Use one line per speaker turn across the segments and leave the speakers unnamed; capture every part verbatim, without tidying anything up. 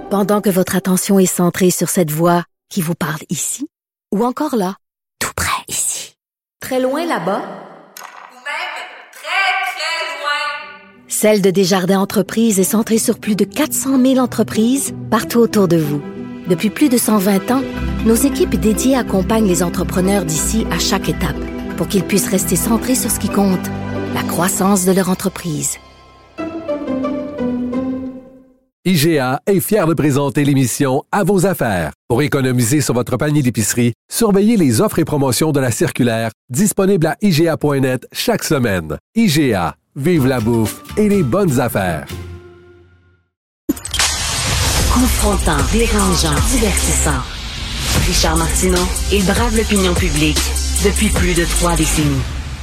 Pendant que votre attention est centrée sur cette voix qui vous parle ici, ou encore là, tout près ici, très loin là-bas,
ou même très, très loin.
Celle de Desjardins Entreprises est centrée sur plus de quatre cent mille entreprises partout autour de vous. Depuis plus de cent vingt ans, nos équipes dédiées accompagnent les entrepreneurs d'ici à chaque étape pour qu'ils puissent rester centrés sur ce qui compte, la croissance de leur entreprise.
I G A est fier de présenter l'émission À vos affaires. Pour économiser sur votre panier d'épicerie, surveillez les offres et promotions de la circulaire disponible à I G A point net chaque semaine. I G A, vive la bouffe et les bonnes affaires.
Confrontant, dérangeant, divertissant. Richard Martineau, il brave l'opinion publique depuis plus de trois décennies.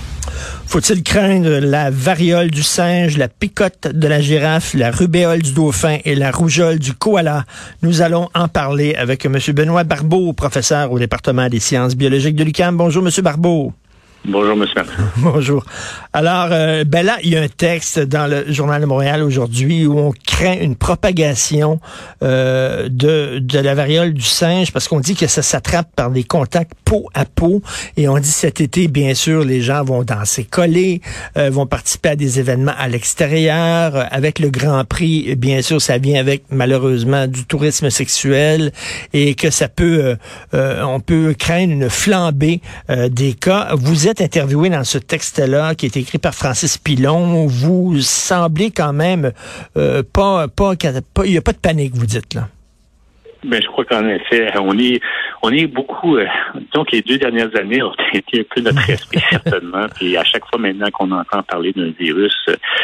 Faut-il craindre la variole du singe, la picote de la girafe, la rubéole du dauphin et la rougeole du koala? Nous allons en parler avec M. Benoît Barbeau, professeur au département des sciences biologiques de l'U Q A M. Bonjour, M. Barbeau.
Bonjour, M. Martin.
Bonjour. Alors, euh, ben là, il y a un texte dans le Journal de Montréal aujourd'hui où on craint une propagation euh, de, de la variole du singe parce qu'on dit que ça s'attrape par des contacts peau à peau. Et on dit cet été, bien sûr, les gens vont danser collés, euh, vont participer à des événements à l'extérieur. Euh, avec le Grand Prix, bien sûr, ça vient avec, malheureusement, du tourisme sexuel et que ça peut, euh, euh, on peut craindre une flambée euh, des cas. Vous êtes interviewé dans ce texte-là qui est écrit par Francis Pilon. Vous semblez quand même euh, pas, pas, pas, il n'y a pas de panique, vous dites là.
Ben, je crois qu'en effet, on est, on est beaucoup, euh, disons que les deux dernières années ont été un peu notre respect, certainement. Puis à chaque fois maintenant qu'on entend parler d'un virus,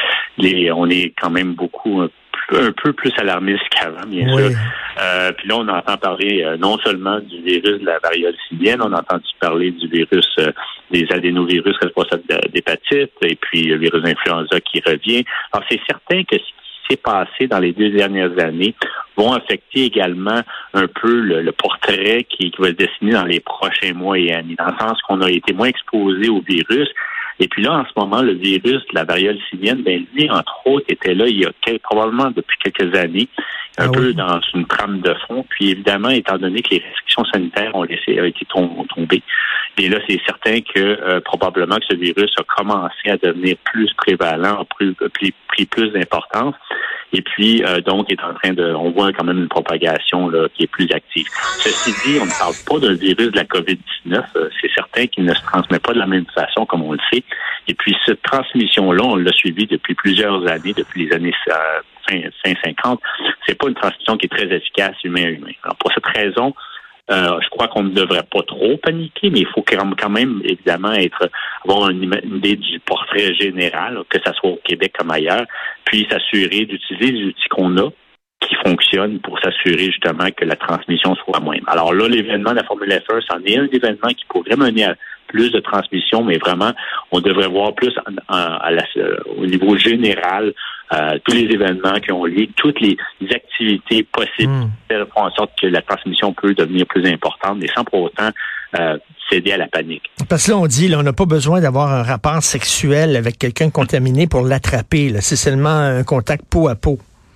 les, on est quand même beaucoup, un, un peu plus alarmiste qu'avant, bien oui. sûr. Euh, puis là, on entend parler euh, non seulement du virus de la variole simienne, on a entendu parler du virus euh, des adénovirus responsables d'hépatite, et puis le virus influenza qui revient. Alors, c'est certain que ce qui s'est passé dans les deux dernières années vont affecter également un peu le, le portrait qui, qui va se dessiner dans les prochains mois et années, dans le sens qu'on a été moins exposé au virus. Et puis là, en ce moment, le virus de la variole simienne, ben lui, entre autres, était là il y a quel, probablement depuis quelques années, un ah peu oui. dans une trame de fond. Puis évidemment, étant donné que les restrictions sanitaires ont laissé ont été tombées, et là, c'est certain que euh, probablement que ce virus a commencé à devenir plus prévalent, a pris, pris, pris plus d'importance. Et puis, euh, donc, est en train de, on voit quand même une propagation là qui est plus active. Ceci dit, on ne parle pas d'un virus de la covid dix-neuf. Euh, c'est certain qu'il ne se transmet pas de la même façon, comme on le sait. Et puis, cette transmission-là, on l'a suivie depuis plusieurs années, depuis les années euh, fin, fin cinquante. C'est pas une transmission qui est très efficace humain à humain. Alors, pour cette raison, Euh, je crois qu'on ne devrait pas trop paniquer, mais il faut quand même, évidemment, être avoir une, une idée du portrait général, que ça soit au Québec comme ailleurs, puis s'assurer d'utiliser les outils qu'on a qui fonctionnent pour s'assurer justement que la transmission soit moindre. Alors là, l'événement de la Formule F un, c'en est un événement qui pourrait mener à plus de transmission, mais vraiment, on devrait voir plus en, en, à la, au niveau général euh, tous les événements qui ont lieu, toutes les, les activités possibles mmh. font en sorte que la transmission peut devenir plus importante, mais sans pour autant euh, céder à la panique.
Parce que là, on dit, là, on n'a pas besoin d'avoir un rapport sexuel avec quelqu'un contaminé pour l'attraper. Là. C'est seulement un contact peau à peau.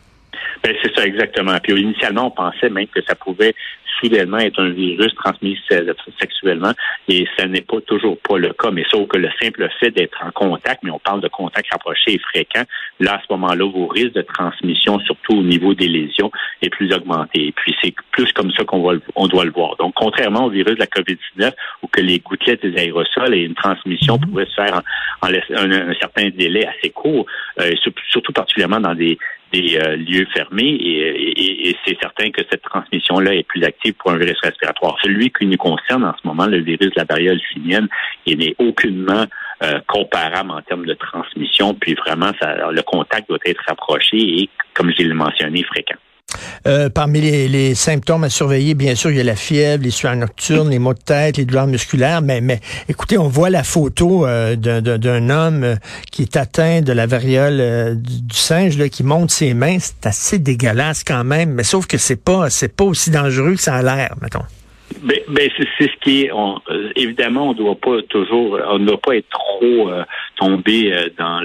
Ben, c'est ça, exactement. Puis initialement, on pensait même que ça pouvait soudainement être un virus transmis sexuellement, et ce n'est pas toujours pas le cas, mais sauf que le simple fait d'être en contact, mais on parle de contact rapproché et fréquent, là, à ce moment-là, vos risques de transmission, surtout au niveau des lésions, est plus augmenté. Et puis, c'est plus comme ça qu'on va, on doit le voir. Donc, contrairement au virus de la covid dix-neuf, où que les gouttelettes des aérosols et une transmission mm-hmm. pouvaient se faire en, en un, un certain délai assez court, euh, surtout particulièrement dans des des euh, lieux fermés, et, et, et c'est certain que cette transmission-là est plus active pour un virus respiratoire. Celui qui nous concerne en ce moment, le virus de la variole simienne, il n'est aucunement euh, comparable en termes de transmission, puis vraiment, ça, le contact doit être rapproché et, comme je l'ai mentionné, fréquent.
Euh, parmi les, les symptômes à surveiller, bien sûr, il y a la fièvre, les sueurs nocturnes, les maux de tête, les douleurs musculaires, mais, mais écoutez, on voit la photo euh, d'un, d'un homme euh, qui est atteint de la variole euh, du, du singe, là, qui monte ses mains. C'est assez dégueulasse quand même, mais sauf que c'est pas c'est pas aussi dangereux que ça a l'air, mettons.
Ben, ben c'est, c'est ce qui est. On, euh, évidemment, on doit pas toujours, on ne doit pas être trop euh, tombé euh, dans le.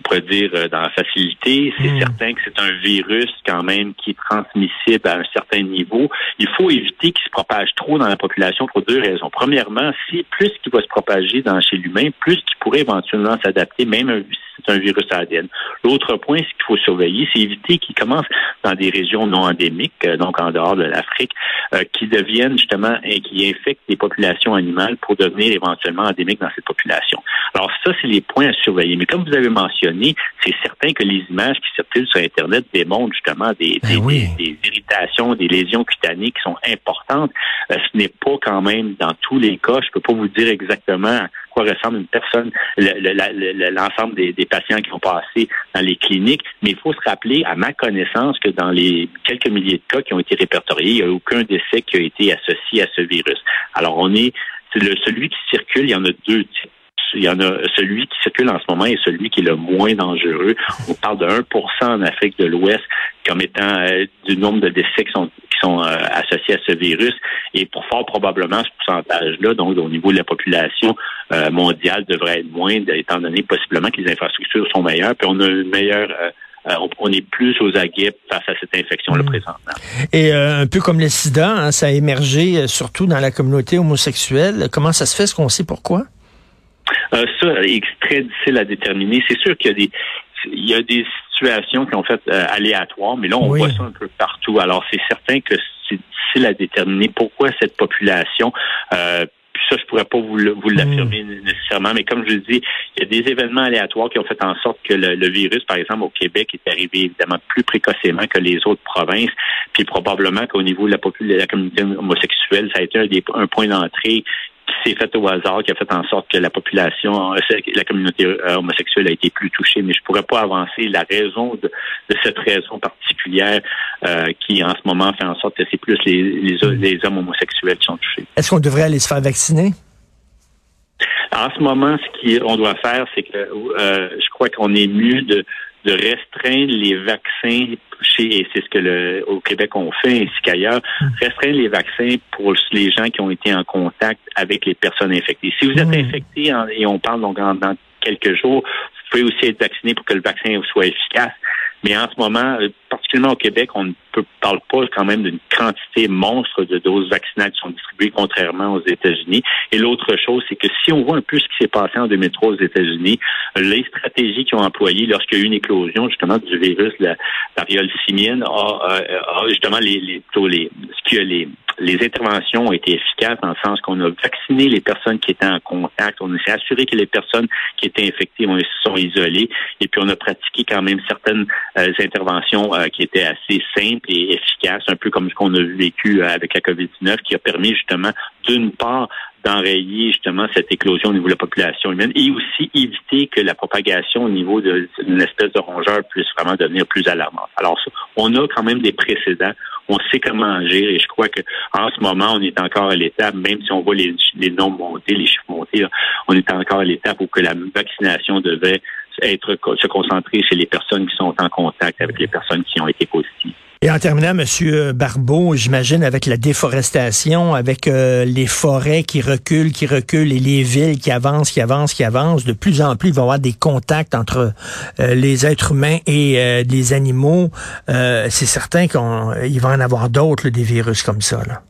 pourrait dire, dans la facilité. C'est mmh. certain que c'est un virus quand même qui est transmissible à un certain niveau. Il faut éviter qu'il se propage trop dans la population pour deux raisons. Premièrement, si plus qu'il va se propager dans, chez l'humain, plus qu'il pourrait éventuellement s'adapter, même un, c'est un virus A D N. L'autre point, ce qu'il faut surveiller, c'est éviter qu'il commence dans des régions non endémiques, donc en dehors de l'Afrique, euh, qui deviennent justement et qui infectent des populations animales pour devenir éventuellement endémiques dans cette population. Alors ça, c'est les points à surveiller. Mais comme vous avez mentionné, c'est certain que les images qui circulent sur Internet démontrent justement des, des, oui. des, des irritations, des lésions cutanées qui sont importantes. Euh, ce n'est pas quand même dans tous les cas. Je peux pas vous dire exactement à quoi ressemble une personne, le, le, le, l'ensemble des, des patients qui ont passé dans les cliniques. Mais il faut se rappeler, à ma connaissance, que dans les quelques milliers de cas qui ont été répertoriés, il n'y a aucun décès qui a été associé à ce virus. Alors, on est, c'est le, celui qui circule, il y en a deux types. Il y en a celui qui circule en ce moment et celui qui est le moins dangereux. On parle de un pour cent en Afrique de l'Ouest comme étant euh, du nombre de décès qui sont, qui sont euh, associés à ce virus. Et pour fort probablement, ce pourcentage-là, donc au niveau de la population euh, mondiale, devrait être moindre, étant donné possiblement que les infrastructures sont meilleures. Puis on a une meilleure... Euh, Euh, on, on est plus aux aguets face à cette infection-là mmh. présentement. Et
euh, un peu comme le sida, hein, ça a émergé euh, surtout dans la communauté homosexuelle. Comment ça se fait? Est-ce qu'on sait pourquoi?
Euh, ça est très difficile à déterminer. C'est sûr qu'il y a des il y a des situations qui ont fait euh, aléatoires, mais là, on oui. voit ça un peu partout. Alors, c'est certain que c'est difficile à déterminer pourquoi cette population... Euh, Puis ça, je pourrais pas vous, vous l'affirmer mmh. nécessairement, mais comme je le dis, il y a des événements aléatoires qui ont fait en sorte que le, le virus, par exemple, au Québec, est arrivé évidemment plus précocement que les autres provinces, puis probablement qu'au niveau de la, population, de la communauté homosexuelle, ça a été un, des, un point d'entrée qui s'est fait au hasard, qui a fait en sorte que la population, la communauté homosexuelle a été plus touchée, mais je pourrais pas avancer la raison de, de cette raison particulière euh, qui, en ce moment, fait en sorte que c'est plus les, les, les hommes homosexuels qui sont touchés.
Est-ce qu'on devrait aller se faire vacciner?
En ce moment, ce qu'on doit faire, c'est que euh, je crois qu'on est mieux de de restreindre les vaccins chez, et c'est ce que le, au Québec on fait ainsi qu'ailleurs, restreindre les vaccins pour les gens qui ont été en contact avec les personnes infectées. Si vous êtes mmh. infecté, en, et on parle donc en, dans quelques jours, vous pouvez aussi être vacciné pour que le vaccin soit efficace. Mais en ce moment, particulièrement au Québec, on ne peut, parle pas quand même d'une quantité monstre de doses vaccinales qui sont distribuées, contrairement aux États-Unis. Et l'autre chose, c'est que si on voit un peu ce qui s'est passé en deux mille trois aux États-Unis, les stratégies qu'ils ont employées lorsqu'il y a eu une éclosion justement du virus, la variole simienne, a, a, a justement les, les, les, ce que les les interventions ont été efficaces dans le sens qu'on a vacciné les personnes qui étaient en contact, on s'est assuré que les personnes qui étaient infectées ont, sont isolées, et puis on a pratiqué quand même certaines euh, interventions euh, qui étaient assez simples et efficaces, un peu comme ce qu'on a vécu euh, avec la covid dix-neuf, qui a permis justement, d'une part, d'enrayer justement cette éclosion au niveau de la population humaine et aussi éviter que la propagation au niveau d'une espèce de rongeur puisse vraiment devenir plus alarmante. Alors, ça, on a quand même des précédents. On sait comment agir et je crois que en ce moment, on est encore à l'étape, même si on voit les, les nombres monter, les chiffres monter, là, on est encore à l'étape où que la vaccination devait être se concentrer chez les personnes qui sont en contact avec les personnes qui ont été positives.
Et en terminant, Monsieur Barbeau, j'imagine avec la déforestation, avec euh, les forêts qui reculent, qui reculent, et les villes qui avancent, qui avancent, qui avancent, de plus en plus, il va y avoir des contacts entre euh, les êtres humains et euh, les animaux. Euh, c'est certain qu'il va en avoir d'autres, là, des virus comme ça, là.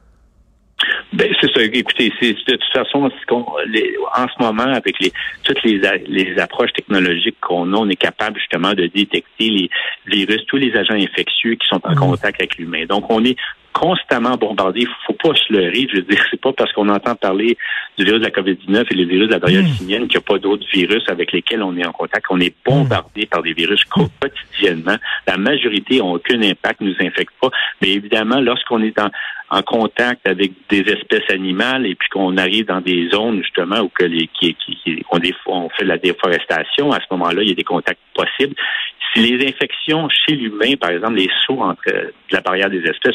Ben, c'est ça. Écoutez, c'est de toute façon, qu'on, les, en ce moment, avec les toutes les, les approches technologiques qu'on a, on est capable justement de détecter les virus, tous les agents infectieux qui sont en mmh. contact avec l'humain. Donc, on est constamment bombardé. Il faut pas se leurrer. Je veux dire, c'est pas parce qu'on entend parler du virus de la covid dix-neuf et le virus de la variole mmh. simienne qu'il n'y a pas d'autres virus avec lesquels on est en contact. On est bombardé mmh. par des virus quotidiennement. La majorité n'ont aucun impact, ne nous infectent pas. Mais évidemment, lorsqu'on est en, en contact avec des espèces animales et puis qu'on arrive dans des zones justement où que les, qui, qui, qui, on, déf- on fait la déforestation, à ce moment-là, il y a des contacts possibles. Si les infections chez l'humain, par exemple, les sauts entre la barrière des espèces, peut mener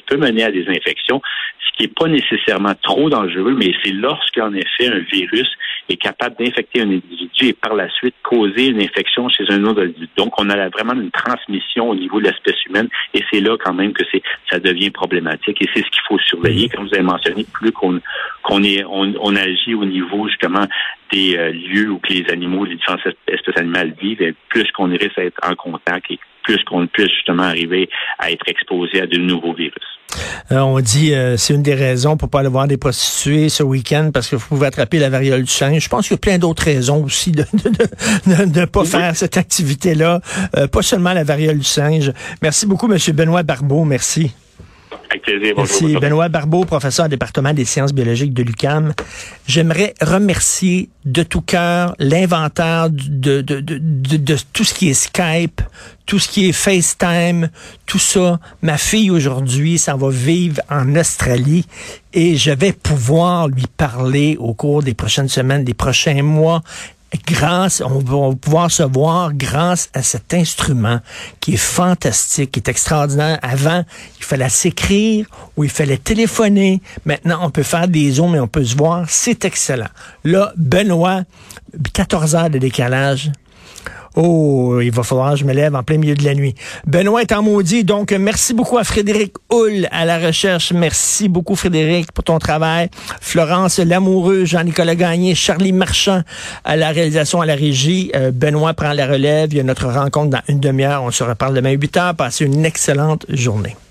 à des infections, ce qui n'est pas nécessairement trop dangereux, mais c'est lorsqu'en effet un virus est capable d'infecter un individu et par la suite causer une infection chez un autre individu. Donc, on a vraiment une transmission au niveau de l'espèce humaine et c'est là quand même que c'est ça devient problématique et c'est ce qu'il faut surveiller. Comme vous avez mentionné, plus qu'on qu'on est on, on agit au niveau justement des euh, lieux où que les animaux, les différentes espèces animales vivent, et plus qu'on risque à être en contact et plus qu'on puisse justement arriver à être exposé à de nouveaux virus.
Euh, on dit euh, c'est une des raisons pour pas aller voir des prostituées ce week-end parce que vous pouvez attraper la variole du singe. Je pense qu'il y a plein d'autres raisons aussi de ne de, de, de pas oui. faire cette activité-là. Euh, pas seulement la variole du singe. Merci beaucoup, M. Benoît Barbeau. Merci.
Avec plaisir.
Merci.
Bonjour.
Benoît Barbeau, professeur au département des sciences biologiques de l'U Q A M. J'aimerais remercier de tout cœur l'inventaire de, de, de, de, de tout ce qui est Skype, tout ce qui est FaceTime, tout ça. Ma fille, aujourd'hui, s'en va vivre en Australie et je vais pouvoir lui parler au cours des prochaines semaines, des prochains mois. Grâce, on va pouvoir se voir grâce à cet instrument qui est fantastique, qui est extraordinaire. Avant, il fallait s'écrire ou il fallait téléphoner. Maintenant, on peut faire des zooms et on peut se voir. C'est excellent. Là, Benoît, quatorze heures de décalage. Oh, il va falloir que je me lève en plein milieu de la nuit. Benoît est en maudit, donc merci beaucoup à Frédéric Hull à la recherche. Merci beaucoup, Frédéric, pour ton travail. Florence Lamoureux, Jean-Nicolas Gagné, Charlie Marchand à la réalisation, à la régie. Euh, Benoît prend la relève. Il y a notre rencontre dans une demi-heure. On se reparle demain à huit heures. Passez une excellente journée.